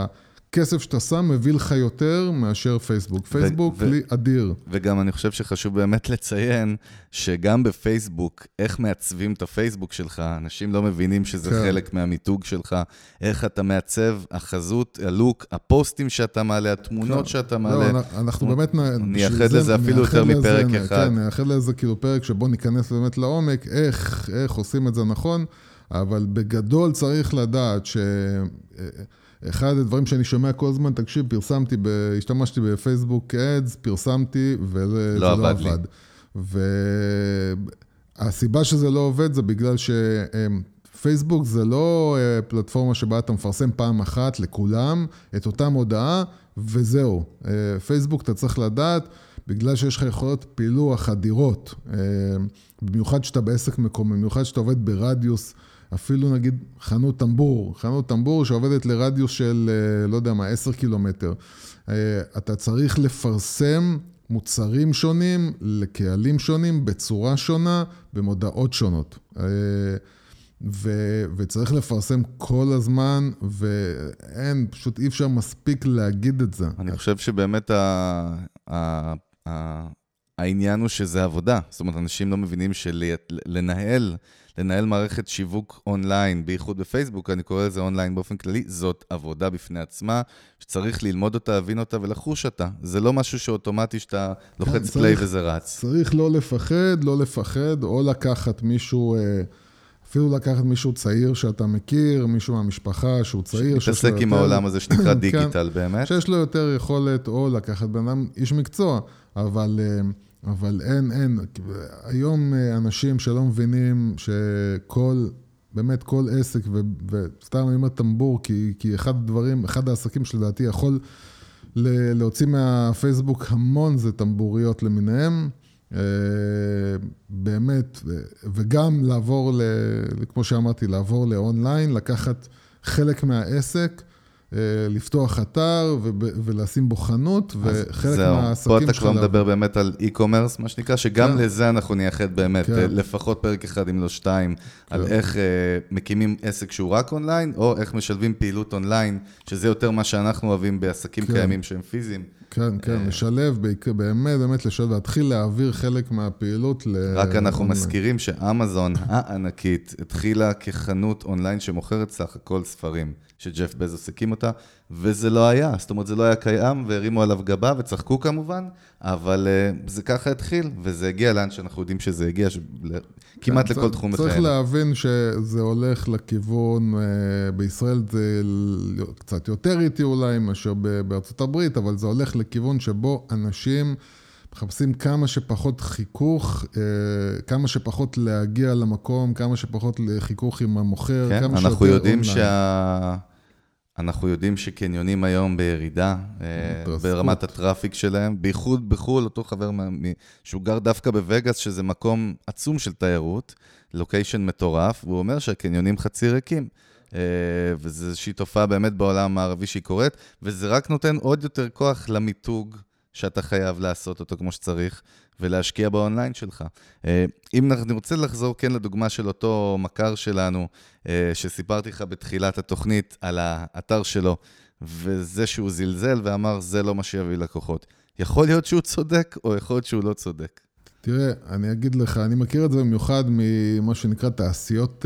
Speaker 2: כסף שאתה שם מביא לך יותר מאשר פייסבוק. פייסבוק
Speaker 1: ו-
Speaker 2: כלי אדיר.
Speaker 1: וגם אני חושב שחשוב באמת לציין שגם בפייסבוק, איך מעצבים את הפייסבוק שלך, אנשים לא מבינים שזה
Speaker 2: כן.
Speaker 1: חלק מהמיתוג שלך, איך אתה מעצב, החזות, הלוק, הפוסטים שאתה מעלה, התמונות
Speaker 2: כן.
Speaker 1: שאתה מעלה.
Speaker 2: לא, אנחנו באמת
Speaker 1: נייחד לזה אפילו יותר מפרק
Speaker 2: לזה,
Speaker 1: אחד.
Speaker 2: כן, נייחד לזה כאילו פרק שבו ניכנס באמת לעומק, איך, איך עושים את זה נכון, אבל בגדול צריך לדעת ש... אחד הדברים שאני שומע כל הזמן, תקשיב, פרסמתי, השתמשתי בפייסבוק אדס, פרסמתי, וזה לא, לא עבד. והסיבה שזה לא עובד זה בגלל שפייסבוק זה לא פלטפורמה שבה אתה מפרסם פעם אחת לכולם את אותה מודעה, וזהו. פייסבוק אתה צריך לדעת, בגלל שיש לך יכולות פילוח אדירות, במיוחד שאתה בעסק מקומי, במיוחד שאתה עובד ברדיוס, אפילו נגיד חנות טמבור, חנות טמבור שעובדת לרדיוס של, לא יודע מה, עשר קילומטר. אתה צריך לפרסם מוצרים שונים, לקהלים שונים, בצורה שונה, במודעות שונות. ו- וצריך לפרסם כל הזמן, ואין, פשוט אי אפשר מספיק להגיד את זה.
Speaker 1: אני חושב שבאמת ה- ה- ה- העניין הוא שזה עבודה. זאת אומרת, אנשים לא מבינים שלנהל, לנהל מערכת שיווק אונליין, בייחוד בפייסבוק, אני קורא לזה אונליין באופן כללי, זאת עבודה בפני עצמה, שצריך ללמוד אותה, להבין אותה ולחוש אותה. זה לא משהו שאוטומטי שאתה לוחץ פליי וזה רץ.
Speaker 2: צריך לא לפחד, לא לפחד, או לקחת מישהו, אפילו לקחת מישהו צעיר שאתה מכיר, מישהו מהמשפחה שהוא צעיר.
Speaker 1: שמתעסק עם העולם הזה שנקרא דיגיטל באמת.
Speaker 2: שיש לו יותר יכולת, או לקחת בן אדם איש מקצוע, אבל... אבל אין, אין, היום אנשים שלא מבינים שכל, באמת כל עסק, ו, וסתם אני אומר טמבור, כי, כי אחד הדברים, אחד העסקים שלדעתי יכול להוציא מהפייסבוק המון זה טמבוריות למיניהם, באמת, וגם לעבור, ל, כמו שאמרתי, לעבור לאונליין, לקחת חלק מהעסק, לפתוח אתר ולשים בו חנות, וחלק מהעסקים
Speaker 1: פה אתה כבר מדבר באמת על e-commerce, מה שנקרא, שגם לזה אנחנו נייחד באמת, לפחות פרק אחד אם לא שתיים, על איך מקימים עסק שהוא רק אונליין, או איך משלבים פעילות אונליין, שזה יותר מה שאנחנו אוהבים בעסקים קיימים שהם פיזיים.
Speaker 2: כן, כן, לשלב, באמת, באמת לשלב, להתחיל להעביר חלק מהפעילות לאונליין.
Speaker 1: רק אנחנו מזכירים שאמזון הענקית התחילה כחנות אונליין שמוכרת סך הכל ספרים. שג'ף בזוס הקים אותה, וזה לא היה, זאת אומרת, זה לא היה קיים, והרימו עליו גבה, וצחקו כמובן, אבל uh, זה ככה התחיל, וזה הגיע לאן שאנחנו יודעים שזה הגיע, ש... כמעט לכל תחום בחיים.
Speaker 2: צריך להבין שזה הולך לכיוון, uh, בישראל זה קצת יותר איטי אולי, מאשר בארצות הברית, אבל זה הולך לכיוון שבו אנשים מחפשים כמה שפחות חיכוך, כמה שפחות להגיע למקום, כמה שפחות לחיכוך עם המוכר,
Speaker 1: כן,
Speaker 2: כמה
Speaker 1: אנחנו
Speaker 2: שיותר
Speaker 1: יודעים
Speaker 2: אונליין.
Speaker 1: שה... אנחנו יודעים שקניונים היום בירידה, ברמת הטראפיק שלהם, בייחוד בחול, אותו חבר שהוא גר דווקא בווגאס, שזה מקום עצום של תיירות, לוקיישן מטורף, והוא אומר שהקניונים חצי ריקים. וזו איזושהי תופעה באמת בעולם המערבי שהיא קורית, וזה רק נותן עוד יותר כוח למיתוג שאתה חייב לעשות אותו כמו שצריך, ולהשקיע באונליין שלך. אם אני רוצה לחזור כן לדוגמה של אותו מכר שלנו, שסיפרתי לך בתחילת התוכנית על האתר שלו, וזה שהוא זלזל ואמר, זה לא מה שיביא לקוחות. יכול להיות שהוא צודק, או יכול להיות שהוא לא צודק.
Speaker 2: תראה, אני אגיד לך, אני מכיר את זה במיוחד ממה שנקרא תעשיות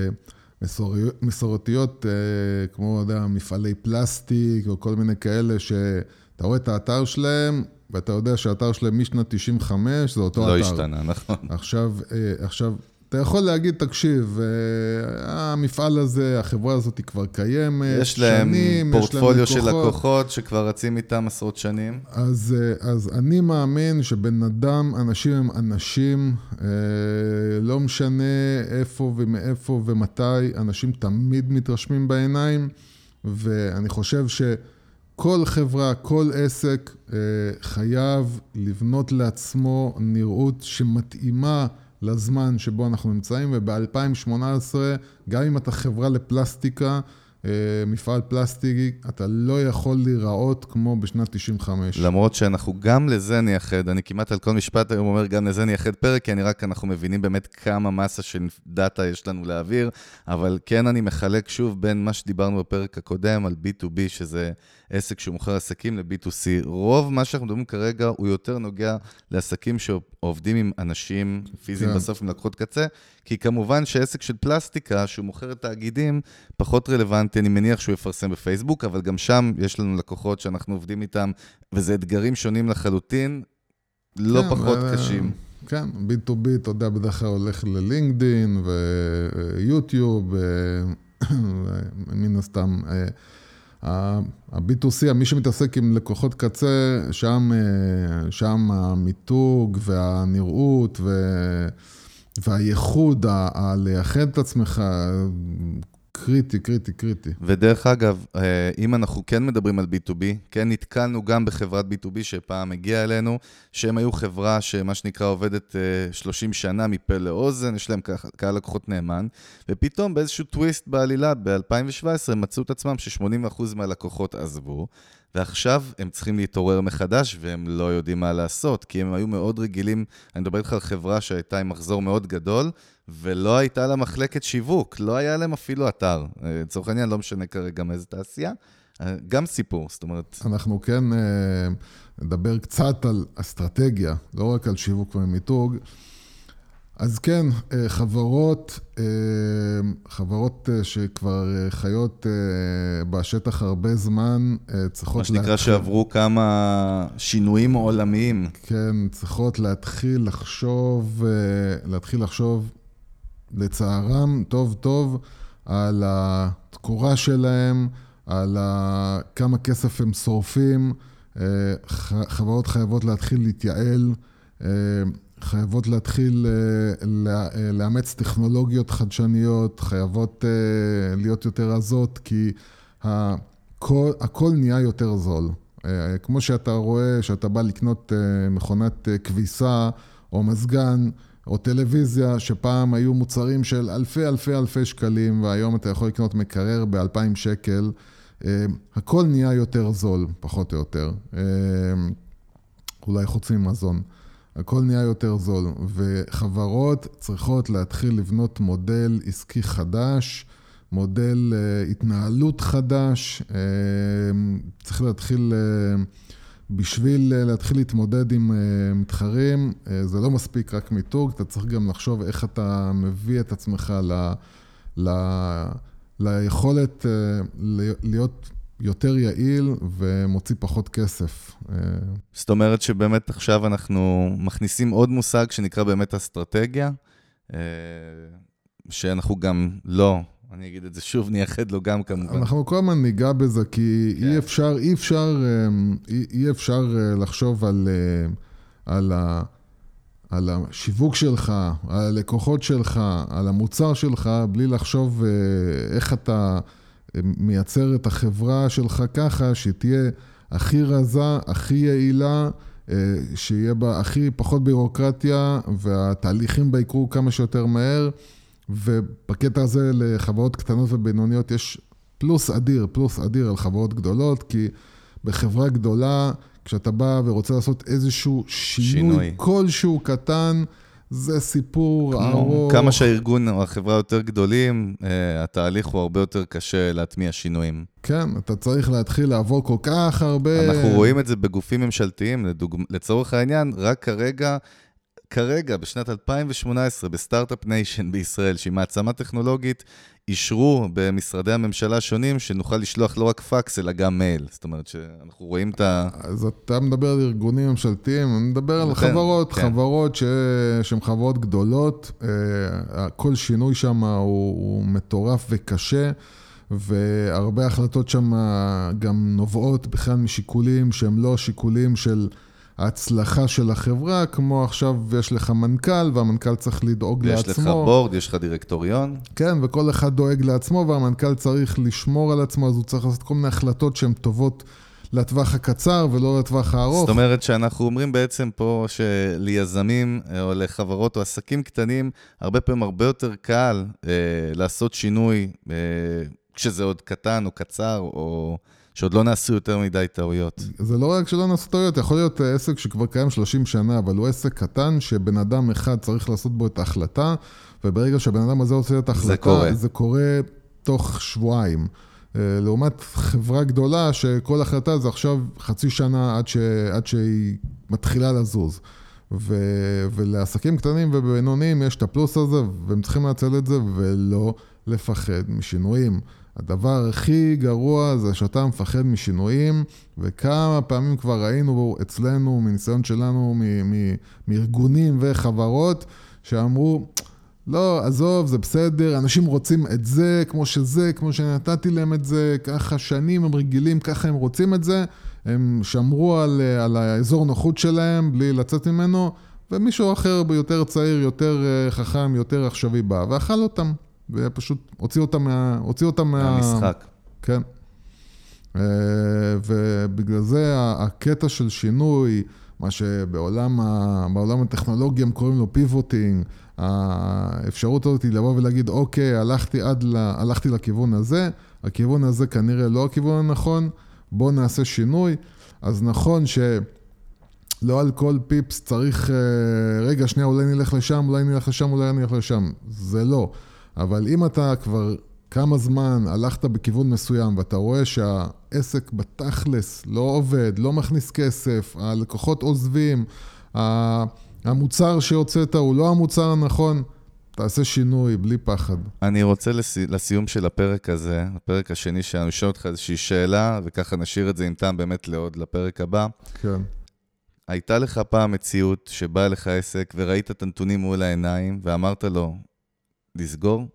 Speaker 2: מסורתיות, כמו יודע, מפעלי פלסטיק, או כל מיני כאלה שאתה רואה את האתר שלהם, ואתה יודע שהאתר שלהם משנת תשעים וחמש, זה אותו
Speaker 1: לא
Speaker 2: אתר.
Speaker 1: לא השתנה, נכון.
Speaker 2: עכשיו, עכשיו, אתה יכול להגיד, תקשיב, המפעל הזה, החברה הזאת היא כבר קיימת,
Speaker 1: יש להם
Speaker 2: שנים,
Speaker 1: פורטפוליו
Speaker 2: יש להם
Speaker 1: של לקוחות שכבר רצים איתם עשרות שנים.
Speaker 2: אז, אז אני מאמין שבן אדם, אנשים הם אנשים, לא משנה איפה ומאיפה ומתי, אנשים תמיד מתרשמים בעיניים, ואני חושב שכל חברה, כל עסק חייב לבנות לעצמו נראות שמתאימה לזמן שבו אנחנו נמצאים, וב-אלפיים שמונה עשרה, גם אם אתה חברה לפלסטיקה, מפעל פלסטי, אתה לא יכול להיראות כמו בשנת תשעים וחמש.
Speaker 1: למרות שאנחנו גם לזה נייחד, אני כמעט על כל משפט היום אומר, גם לזה נייחד פרק, כי אני רק, אנחנו מבינים באמת כמה מסה של דאטה יש לנו להעביר, אבל כן אני מחלק שוב בין מה שדיברנו בפרק הקודם, על בי טו בי, שזה עסק שהוא מוכר עסקים ל-בי טו סי. רוב מה שאנחנו מדברים כרגע, הוא יותר נוגע לעסקים שעובדים עם אנשים פיזיים כן. בסוף עם לקוחות קצה, כי כמובן שעסק של פלסטיקה, שהוא מוכר את תאגידים, פחות רלוונטי, אני מניח שהוא יפרסם בפייסבוק, אבל גם שם יש לנו לקוחות שאנחנו עובדים איתם, וזה אתגרים שונים לחלוטין, לא כן, פחות ו... קשים.
Speaker 2: כן, בי טו בי, אתה יודע, בדרך כלל הולך ללינקדין ויוטיוב, ומן הסתם, ה-בי טו סי, מי שמתעסק עם לקוחות קצה, שם, שם המיתוג והנראות ו... והייחוד, הלייחד את עצמך, קריטי, קריטי, קריטי.
Speaker 1: ודרך אגב, אם אנחנו כן מדברים על בי טו בי, כן נתקלנו גם בחברת בי טו בי שפעם הגיעה אלינו, שהם היו חברה שמה שנקרא עובדת שלושים שנה מפה לאוזן, יש להם קהל לקוחות נאמן, ופתאום באיזשהו טוויסט בעלילה, ב-אלפיים שבע עשרה מצאו את עצמם ש-שמונים אחוז מהלקוחות עזבו, ועכשיו הם צריכים להתעורר מחדש, והם לא יודעים מה לעשות, כי הם היו מאוד רגילים, אני מדבר איתך על חברה שהייתה עם מחזור מאוד גדול, ולא הייתה לה מחלקת שיווק, לא היה להם אפילו אתר. לצורך העניין, לא משנה כרגע מאיזה תעשייה, גם סיפור, זאת אומרת...
Speaker 2: אנחנו כן נדבר קצת על אסטרטגיה, לא רק על שיווק ומיתוג, אז כן, חברות, חברות שכבר חיות בשטח הרבה זמן, צריכות...
Speaker 1: מה שנקרא להתחיל... שעברו כמה שינויים עולמיים.
Speaker 2: כן, צריכות להתחיל לחשוב, להתחיל לחשוב לצערם טוב טוב על התקורה שלהם, על כמה כסף הם שורפים, חברות חייבות להתחיל להתייעל, חייבות להתחיל לאמץ טכנולוגיות חדשניות, חייבות להיות יותר עזות, כי הכל, הכל נהיה יותר זול. כמו שאתה רואה, שאתה בא לקנות מכונת כביסה או מזגן או טלוויזיה, שפעם היו מוצרים של אלפי אלפי אלפי שקלים, והיום אתה יכול לקנות מקרר ב-אלפיים שקל, הכל נהיה יותר זול, פחות או יותר. אולי חוץ ממזון. הכל נהיה יותר זול, וחברות צריכות להתחיל לבנות מודל עסקי חדש, מודל uh, התנהלות חדש, uh, צריך להתחיל, uh, בשביל uh, להתחיל להתמודד עם uh, מתחרים, uh, זה לא מספיק רק מיתוג, אתה צריך גם לחשוב איך אתה מביא את עצמך ל, ל, ליכולת uh, להיות... יותר יעיל ומוציא פחות כסף.
Speaker 1: זאת אומרת שבאמת עכשיו אנחנו מכניסים עוד מושג שנקרא באמת אסטרטגיה, שאנחנו גם לא, אני אגיד את זה שוב, נייחד לו גם כמובן.
Speaker 2: אנחנו כל הזמן ניגע בזה, כי כן. אי אפשר, אי אפשר, אי, אי אפשר לחשוב על, על, ה, על השיווק שלך, על הלקוחות שלך, על המוצר שלך, בלי לחשוב איך אתה... מייצר את החברה שלך ככה, שתהיה הכי רזה, הכי יעילה, שיהיה בה הכי פחות בירוקרטיה, והתהליכים בה יקרו כמה שיותר מהר, ובקטע הזה לחברות קטנות ובינוניות יש פלוס אדיר, פלוס אדיר על חברות גדולות, כי בחברה גדולה, כשאתה בא ורוצה לעשות איזשהו שינוי, שינוי. כלשהו קטן, זה סיפור ארוך.
Speaker 1: כמה שהארגון או החברה יותר גדולים, התהליך הוא הרבה יותר קשה להטמיע שינויים.
Speaker 2: כן, אתה צריך להתחיל לעבור כל כך הרבה...
Speaker 1: אנחנו רואים את זה בגופים ממשלתיים, לצורך העניין, רק כרגע, כרגע, בשנת אלפיים שמונה עשרה, בסטארט-אפ ניישן בישראל, שהיא מעצמה טכנולוגית, אישרו במשרדי הממשלה השונים שנוכל לשלוח לא רק פקס, אלא גם מייל. זאת אומרת שאנחנו רואים את ה...
Speaker 2: אז אתה מדבר על ארגונים ממשלתיים, אני מדבר על חברות, חברות שהן חברות גדולות, כל שינוי שם הוא מטורף וקשה, והרבה החלטות שם גם נובעות בכלל משיקולים שהם לא שיקולים של... ההצלחה של החברה, כמו עכשיו יש לך מנכ"ל, והמנכ"ל צריך לדאוג
Speaker 1: יש
Speaker 2: לעצמו.
Speaker 1: יש לך בורד, יש לך דירקטוריון.
Speaker 2: כן, וכל אחד דואג לעצמו, והמנכ"ל צריך לשמור על עצמו, אז הוא צריך לעשות כל מיני החלטות שהן טובות לטווח הקצר, ולא לטווח הארוך.
Speaker 1: זאת אומרת שאנחנו אומרים בעצם פה שליזמים, או לחברות או עסקים קטנים, הרבה פעמים הרבה יותר קל אה, לעשות שינוי, אה, כשזה עוד קטן או קצר, או שעוד לא נעשו יותר מדי טעויות.
Speaker 2: זה לא רק שלא נעשו טעויות, יכול להיות עסק שכבר קיים שלושים שנה, אבל הוא עסק קטן שבן אדם אחד צריך לעשות בו את ההחלטה, וברגע שהבן אדם הזה עושה את ההחלטה,
Speaker 1: זה קורה.
Speaker 2: זה קורה תוך שבועיים. לעומת חברה גדולה שכל החלטה זה עכשיו חצי שנה עד, ש... עד שהיא מתחילה לזוז. ו... ולעסקים קטנים ובינוניים יש את הפלוס הזה, והם צריכים להצל את זה ולא לפחד משינויים. הדבר הכי גרוע זה שאתה מפחד משינויים, וכמה פעמים כבר ראינו אצלנו, מניסיון שלנו, מ- מ- מארגונים וחברות, שאמרו, לא, עזוב, זה בסדר, אנשים רוצים את זה, כמו שזה, כמו שנתתי להם את זה, ככה שנים הם רגילים, ככה הם רוצים את זה, הם שמרו על, על האזור נוחות שלהם, בלי לצאת ממנו, ומישהו אחר ביותר צעיר, יותר חכם, יותר עכשווי בא, ואכל אותם. ופשוט הוציא אותם מה... הוציא אותם מה...
Speaker 1: מהמשחק.
Speaker 2: כן. ובגלל זה הקטע של שינוי, מה שבעולם ה... בעולם הטכנולוגיה הם קוראים לו פיבוטינג, האפשרות הזאת היא לבוא ולהגיד, אוקיי, הלכתי עד ל... הלכתי לכיוון הזה, הכיוון הזה כנראה לא הכיוון הנכון, בוא נעשה שינוי. אז נכון ש... לא על כל פיפס צריך, רגע, שנייה, אולי נלך לשם, אולי נלך לשם, אולי נלך לשם. זה לא. אבל אם אתה כבר כמה זמן הלכת בכיוון מסוים, ואתה רואה שהעסק בתכלס לא עובד, לא מכניס כסף, הלקוחות עוזבים, המוצר שיוצאת הוא לא המוצר הנכון, תעשה שינוי בלי פחד.
Speaker 1: אני רוצה לסי... לסיום של הפרק הזה, הפרק השני שאני שואל אותך איזושהי שאלה, וככה נשאיר את זה עם טעם באמת לעוד לפרק הבא.
Speaker 2: כן.
Speaker 1: הייתה לך פעם מציאות שבא לך עסק וראית את הנתונים מול העיניים ואמרת לו, לסגור?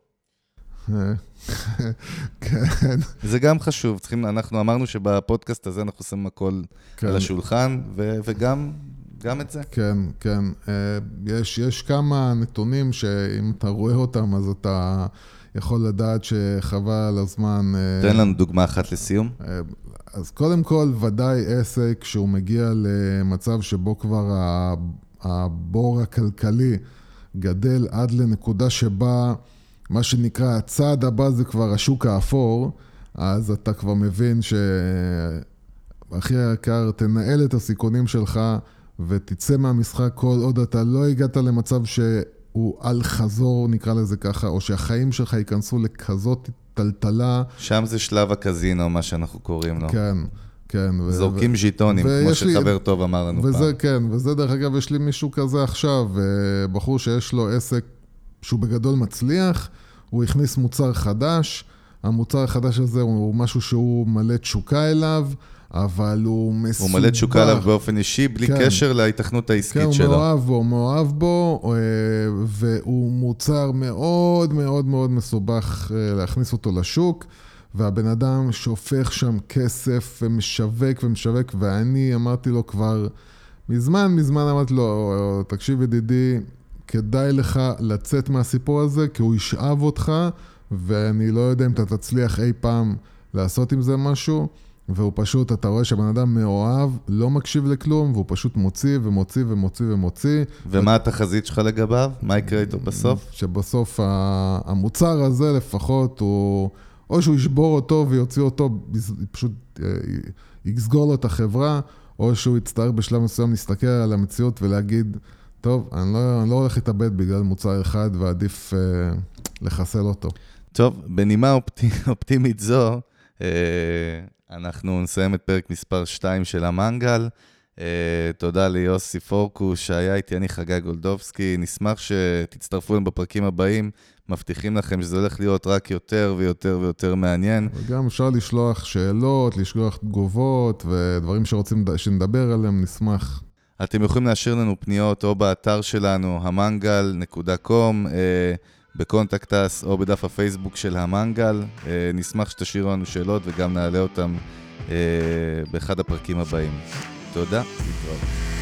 Speaker 2: כן.
Speaker 1: זה גם חשוב, צריכים, אנחנו אמרנו שבפודקאסט הזה אנחנו עושים הכל על השולחן, ו- וגם גם את זה.
Speaker 2: כן, כן. יש, יש כמה נתונים שאם אתה רואה אותם, אז אתה יכול לדעת שחבל על הזמן.
Speaker 1: תן לנו דוגמה אחת לסיום.
Speaker 2: אז קודם כל, ודאי עסק שהוא מגיע למצב שבו כבר הבור הכלכלי גדל עד לנקודה שבה מה שנקרא הצעד הבא זה כבר השוק האפור, אז אתה כבר מבין שהכי היקר תנהל את הסיכונים שלך ותצא מהמשחק כל עוד אתה לא הגעת למצב שהוא על חזור נקרא לזה ככה, או שהחיים שלך ייכנסו לכזאת טלטלה.
Speaker 1: שם זה שלב הקזינו, מה שאנחנו קוראים לו.
Speaker 2: כן, כן.
Speaker 1: זורקים ז'יטונים, כמו שחבר טוב אמר לנו פעם.
Speaker 2: וזה כן, וזה דרך אגב יש לי מישהו כזה עכשיו, בחור שיש לו עסק שהוא בגדול מצליח, הוא הכניס מוצר חדש, המוצר החדש הזה הוא משהו שהוא מלא תשוקה אליו, אבל הוא מסובך.
Speaker 1: הוא מלא תשוקה אליו באופן אישי, בלי כן. קשר להתכנות העסקית
Speaker 2: כן,
Speaker 1: שלו.
Speaker 2: כן, הוא מאוהב בו, הוא מאוהב בו, והוא מוצר מאוד מאוד מאוד מסובך להכניס אותו לשוק, והבן אדם שופך שם כסף ומשווק ומשווק, ואני אמרתי לו כבר, מזמן, מזמן אמרתי לו, תקשיב ידידי, כדאי לך לצאת מהסיפור הזה, כי הוא ישאב אותך, ואני לא יודע אם אתה תצליח אי פעם לעשות עם זה משהו, והוא פשוט, אתה רואה שהבן אדם מאוהב, לא מקשיב לכלום, והוא פשוט מוציא ומוציא ומוציא ומוציא.
Speaker 1: ומה התחזית שלך לגביו? מה יקרה איתו בסוף?
Speaker 2: שבסוף המוצר הזה לפחות הוא, או שהוא ישבור אותו ויוציא אותו, פשוט יסגור לו את החברה, או שהוא יצטרך בשלב מסוים להסתכל על המציאות ולהגיד, טוב, אני לא, אני לא הולך להתאבד בגלל מוצר אחד, ועדיף אה, לחסל אותו.
Speaker 1: טוב, בנימה אופטי, אופטימית זו, אה, אנחנו נסיים את פרק מספר שתיים של המנגל. אה, תודה ליוסי פורקוש, שהיה איתי, אני חגי גולדובסקי. נשמח שתצטרפו להם בפרקים הבאים. מבטיחים לכם שזה הולך להיות רק יותר ויותר ויותר מעניין.
Speaker 2: וגם אפשר לשלוח שאלות, לשלוח תגובות, ודברים שרוצים שנדבר עליהם, נשמח.
Speaker 1: אתם יכולים להשאיר לנו פניות או באתר שלנו, המנגל נקודה קום, אה, בקונטקטס או בדף הפייסבוק של המנגל. אה, נשמח שתשאירו לנו שאלות וגם נעלה אותם אה, באחד הפרקים הבאים. תודה, להתראות.